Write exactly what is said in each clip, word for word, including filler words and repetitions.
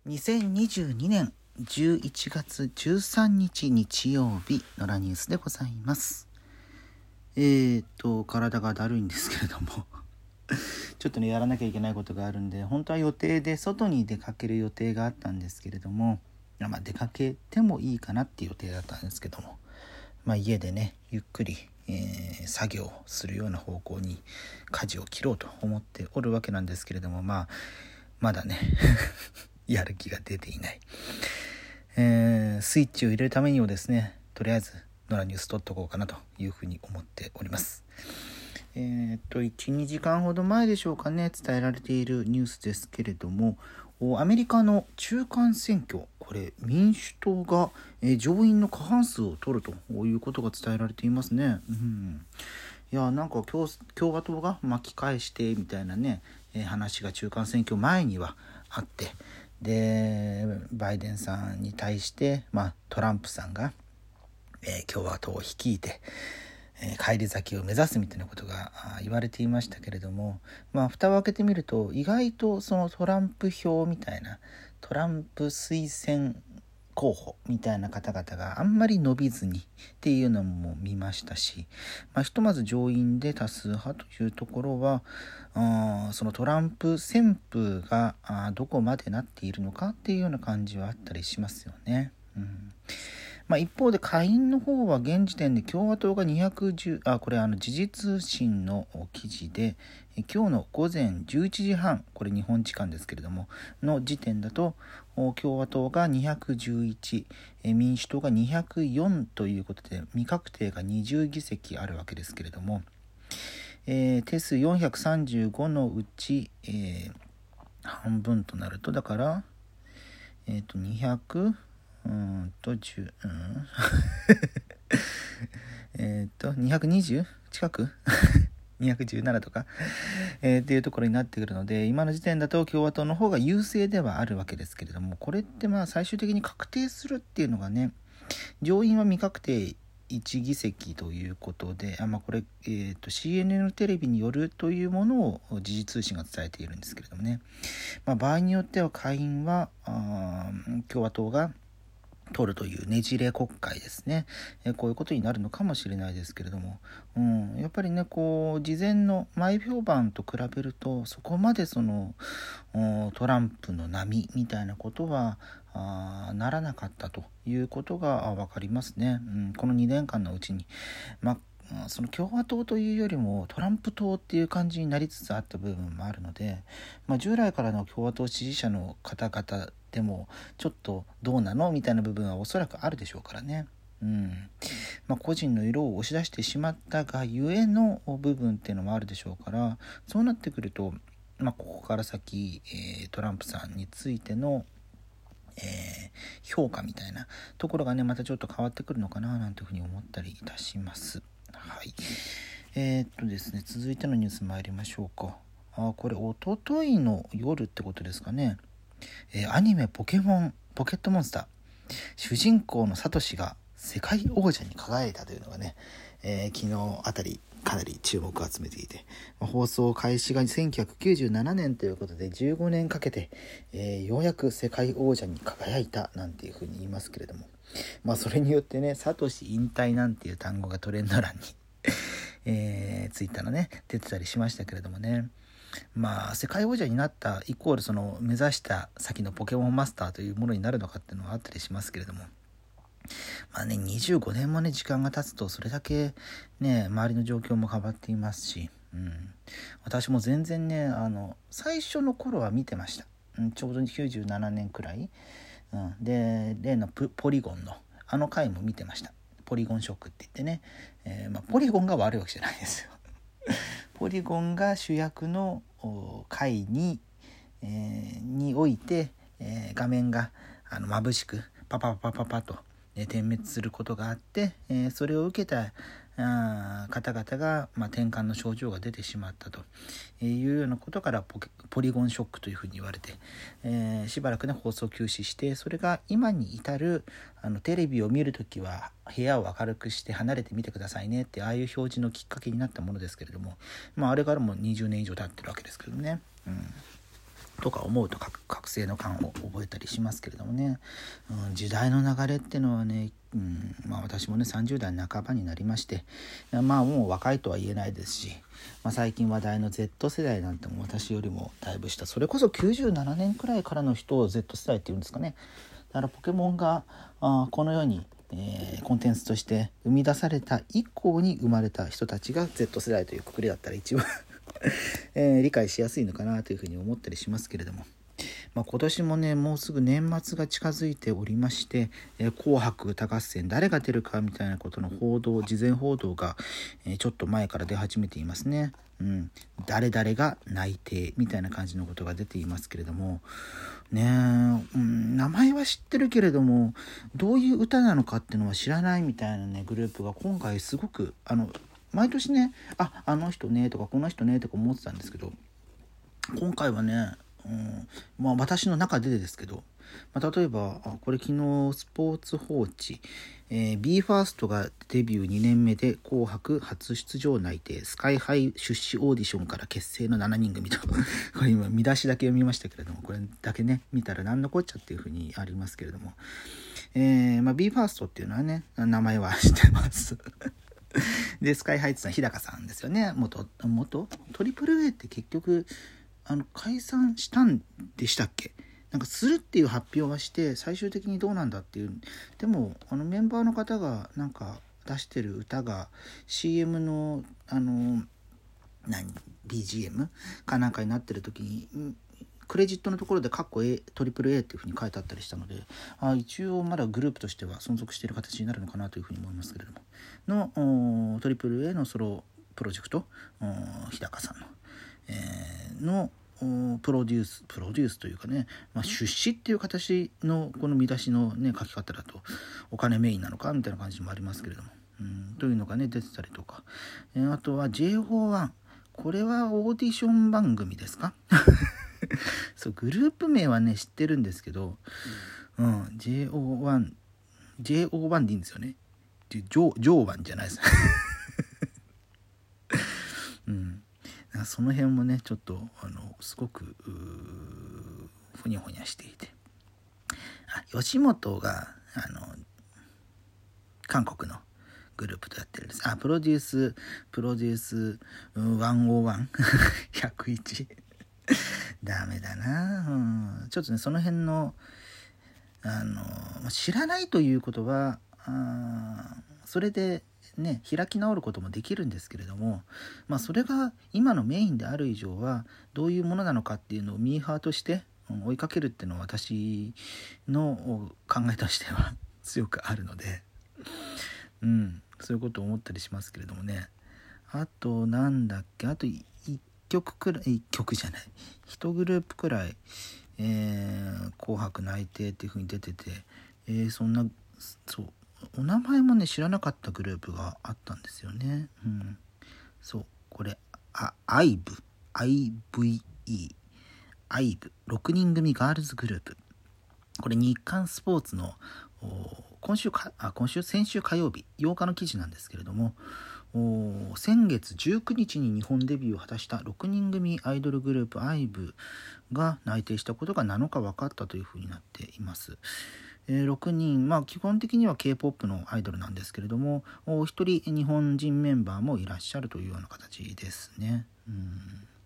にせんにじゅうにねんじゅういちがつじゅうさんにち日曜日のラニュースでございます。えーと体がだるいんですけれどもちょっとねやらなきゃいけないことがあるんで、本当は予定で外に出かける予定があったんですけれども、まあ、出かけてもいいかなっていう予定だったんですけども、まあ、家でねゆっくり、えー、作業するような方向に舵を切ろうと思っておるわけなんですけれども、まあまだねやる気が出ていない、えー、スイッチを入れるためにもですね、とりあえずノラニュース撮っとこうかなというふうに思っております。えー、っといち、にじかんほど前でしょうかね、伝えられているニュースですけれども、アメリカの中間選挙、これ民主党が、えー、上院の過半数を取るということが伝えられていますね。うん、いやなんか 共, 共和党が巻き返してみたいなね、えー、話が中間選挙前にはあって、でバイデンさんに対して、まあ、トランプさんが、えー、共和党を率いて、えー、返り咲きを目指すみたいなことが言われていましたけれども、まあ蓋を開けてみると意外とそのトランプ票みたいな、トランプ推薦候補みたいな方々があんまり伸びずにっていうのも見ましたし、まあ、ひとまず上院で多数派というところは、あそのトランプ旋風があどこまでなっているのかっていうような感じはあったりしますよね。うんまあ、一方で下院の方は現時点で共和党がにひゃくじゅう、あこれあの時事通信の記事で、今日のごぜんじゅういちじはん、これ日本時間ですけれどもの時点だと共和党がにひゃくじゅういち、民主党がにひゃくよんということで未確定がにじゅうぎせきあるわけですけれども、えー、定数よんひゃくさんじゅうごのうち、えー、半分となるとだからえっ、ー、とにひゃくうんとじゅう、うん、えっとにひゃくにじゅう近くにひゃくじゅうななとか、えー、っていうところになってくるので、今の時点だと共和党の方が優勢ではあるわけですけれども、これってまあ最終的に確定するっていうのがね、上院は未確定いちぎせきということで、あ、まあ、これ、えー、と シーエヌエヌ テレビによるというものを時事通信が伝えているんですけれどもね、まあ、場合によっては下院はあ共和党が取るというねじれ国会ですね、えこういうことになるのかもしれないですけれども、うん、やっぱりねこう事前の前評判と比べるとそこまでそのトランプの波みたいなことはあならなかったということが分かりますね。うん、このにねんかんのうちに、まあその共和党というよりもトランプ党っていう感じになりつつあった部分もあるので、まあ、従来からの共和党支持者の方々でもちょっとどうなのみたいな部分はおそらくあるでしょうからね。うんまあ、個人の色を押し出してしまったがゆえの部分っていうのもあるでしょうから、そうなってくると、まあ、ここから先、えー、トランプさんについてのえー、評価みたいなところがねまたちょっと変わってくるのかななんていうふうに思ったりいたします。はい。えー、っとですね続いてのニュース参りましょうか。あこれ一昨日の夜ってことですかね。えー、アニメポケモンポケットモンスター主人公のサトシが世界王者に輝いたというのがね、えー、昨日あたりかなり注目を集めていて、放送開始がせんきゅうひゃくきゅうじゅうななねんということでじゅうごねんかけて、えー、ようやく世界王者に輝いたなんていうふうに言いますけれども、まあそれによってねサトシ引退なんていう単語がトレンド欄に、えー、ツイッターのね出てたりしましたけれどもね、まあ世界王者になったイコールその目指した先のポケモンマスターというものになるのかっていうのはあったりしますけれども、まあねにじゅうごねんもね時間が経つとそれだけね周りの状況も変わっていますし、うん、私も全然ねあの最初の頃は見てました、うん、ちょうどきゅうじゅうななねんくらい、うん、で例のポリゴンのあの回も見てました。ポリゴンショックって言ってね、えーまあ、ポリゴンが悪いわけじゃないですよポリゴンが主役の回に、えー、において、えー、画面があの眩しくパパパパパと点滅することがあって、えー、それを受けたあ方々が、まあ、転換の症状が出てしまったというようなことから ポ, ポリゴンショックというふうに言われて、えー、しばらくね放送休止して、それが今に至るあのテレビを見るときは部屋を明るくして離れてみてくださいねってああいう表示のきっかけになったものですけれども、まあ、あれからもにじゅうねん以上経ってるわけですけどね、うんとか思うと覚醒の感を覚えたりしますけれどもね、うん、時代の流れっていうのはね、うんまあ、私もねさんじゅう代半ばになりまして、まあもう若いとは言えないですし、まあ、最近話題の Z 世代なんても私よりもだいぶ下、それこそきゅうじゅうななねんくらいからの人を Z 世代っていうんですかね。だからポケモンがあこの世に、えー、コンテンツとして生み出された以降に生まれた人たちが Z 世代というくくりだったら一番えー、理解しやすいのかなというふうに思ったりしますけれども、まあ、今年もねもうすぐ年末が近づいておりまして、えー、紅白歌合戦誰が出るかみたいなことの報道、事前報道が、えー、ちょっと前から出始めていますね。うん、誰々が内定みたいな感じのことが出ていますけれどもね、うん、名前は知ってるけれどもどういう歌なのかっていうのは知らないみたいなねグループが今回すごくあの毎年ねああの人ねとかこの人ねとか思ってたんですけど、今回はね、うんまあ、私の中でですけど、まあ、例えばあこれ昨日スポーツ報知、えー、ビーファースト がデビューにねんめで紅白初出場内定、スカイハイ出資オーディションから結成のしちにん組とこれ今見出しだけ読みましたけれども、これだけね見たら何のこっちゃっていうふうにありますけれども、えーまあ、ビーファースト っていうのはね名前は知ってますでスカイハイツの日高さんですよね。元元トリプル A って結局あの解散したんでしたっけ。なんかするっていう発表はして最終的にどうなんだっていう。でもあのメンバーの方がなんか出してる歌が シーエム のあの何 ビージーエム かなんかになってる時にクレジットのところでカッコ A トリプル A っていう風に書いてあったりしたので、あ一応まだグループとしては存続している形になるのかなというふうに思いますけれどものトリプル A のソロプロジェクト日高さんの、えー、のプロデュースプロデュースというかね、まあ、出資っていう形のこの見出しの、ね、書き方だとお金メインなのかみたいな感じもありますけれども、うんというのがね出てたりとか、えー、あとは ジェイフォーワン これはオーディション番組ですかそうグループ名はね知ってるんですけど、うん、ジェイオーワン ジェイオーワン でいいんですよね。ジョー、ジョーワンじゃないですうん、その辺もねちょっとあのすごくふにゃふにゃしていて、あ吉本があの韓国のグループとやってるんです。あプロデュースプロデュースひゃくいち ひゃくいちダメだな、うん、ちょっとねその辺のあの知らないということはあそれでね開き直ることもできるんですけれども、まあそれが今のメインである以上はどういうものなのかっていうのをミーハーとして追いかけるっていうのは私の考えとしては強くあるので、うんそういうことを思ったりしますけれどもね。あとなんだっけ、あといっきょくくらいいっきょくじゃないいちグループくらい、えー、紅白内定っていう風に出てて、えー、そんなそうお名前もね知らなかったグループがあったんですよね。うん、そうこれあアイブ アイブイイー アイブろくにん組ガールズグループ、これ日刊スポーツの今週かあ今週先週火曜日ようかの記事なんですけれども、先月じゅうくにちに日本デビューを果たしたろくにん組アイドルグループ アイブ が内定したことがなのか分かったというふうになっています。えー、ろくにん、まあ基本的には K-ポップ のアイドルなんですけれども、お一人日本人メンバーもいらっしゃるというような形ですね。うん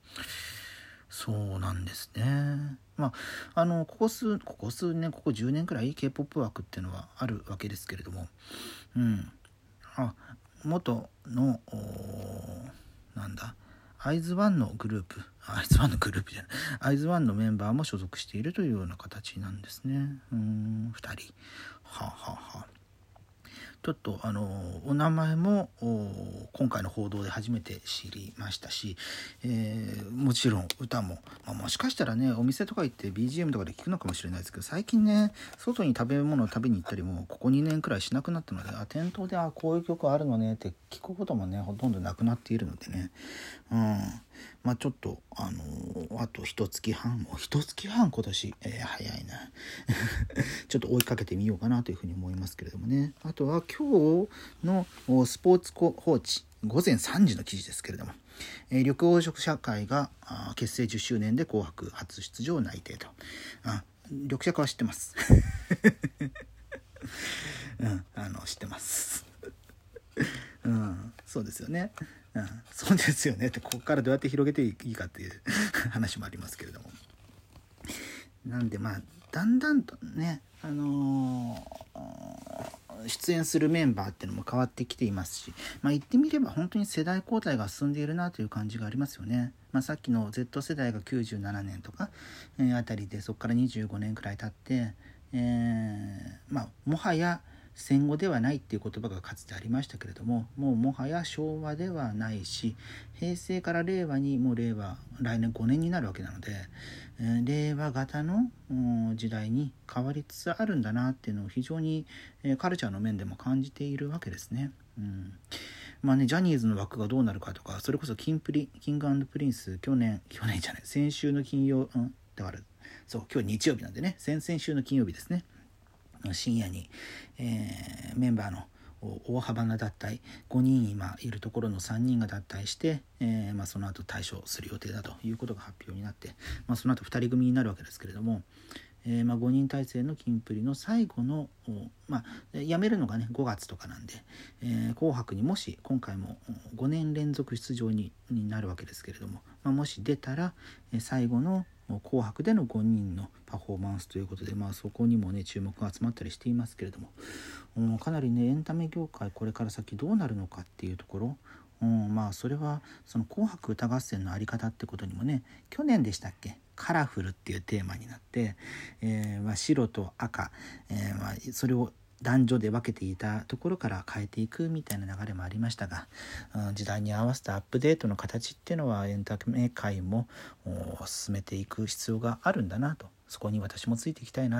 そうなんですね。まああのここ数ここ数年ここじゅうねんくらい K-ポップ 枠っていうのはあるわけですけれども、うんあ元のなんだアイズワンのグループアイズワンのグループじゃないアイズワンのメンバーも所属しているというような形なんですね。うーんふたりはあ、はあはあ、ちょっとあのお名前も今回の報道で初めて知りましたし、えー、もちろん歌も、まあ、もしかしたらねお店とか行って ビージーエム とかで聞くのかもしれないですけど、最近ね外に食べ物を食べに行ったりもここにねんくらいしなくなったので、あ店頭であこういう曲あるのねって聞くこともねほとんどなくなっているのでね、うんまあちょっとあのー、あと一月半もう一月半今年、えー、早いなちょっと追いかけてみようかなというふうに思いますけれどもね。あとは今日のスポーツ報知、 ごぜんさんじの記事ですけれども、えー、緑黄色社会が結成じゅっしゅうねんで紅白初出場内定と。あ、緑社会は知ってます、うん、あの知ってますうん、そうですよね、うん、そうですよねってここからどうやって広げていいかっていう話もありますけれども、なんでまあだんだんとね、あのー、出演するメンバーっていうのも変わってきていますし、まあ、言ってみれば本当に世代交代が進んでいるなという感じがありますよね。まあ、さっきの Z 世代がきゅうじゅうななねんとか、えー、あたりで、そこからにじゅうごねんくらい経って、えーまあ、もはや戦後ではないっていう言葉がかつてありましたけれども、もうもはや昭和ではないし、平成から令和にもう令和来年ごねんになるわけなので、えー、令和型の時代に変わりつつあるんだなっていうのを非常に、えー、カルチャーの面でも感じているわけですね。うんまあね、ジャニーズの枠がどうなるかとか、それこそキンプリ、キング&プリンス、去年、去年じゃない、先週の金曜、うん、だから、そう、今日日曜日なんでね、先々週の金曜日ですね、深夜に、えー、メンバーの大幅な脱退、ごにん今いるところのさんにんが脱退して、えーまあ、その後退所する予定だということが発表になって、まあ、その後ふたり組になるわけですけれども、えーまあ、ごにん体制のキンプリの最後の、まあ、辞めるのがねごがつとかなんで、えー、紅白にもし今回もごねん連続出場に、になるわけですけれども、まあ、もし出たら、えー、最後の紅白でのごにんのパフォーマンスということで、まあ、そこにもね注目が集まったりしていますけれども、うん、かなりねエンタメ業界これから先どうなるのかっていうところ、うん、まあそれはその紅白歌合戦のあり方ってことにもね、去年でしたっけ、カラフルっていうテーマになって、えーまあ、白と赤、えーまあ、それを男女で分けていたところから変えていくみたいな流れもありましたが、うん、時代に合わせたアップデートの形っていうのはエンタメ界も進めていく必要があるんだなと、そこに私もついていきたいな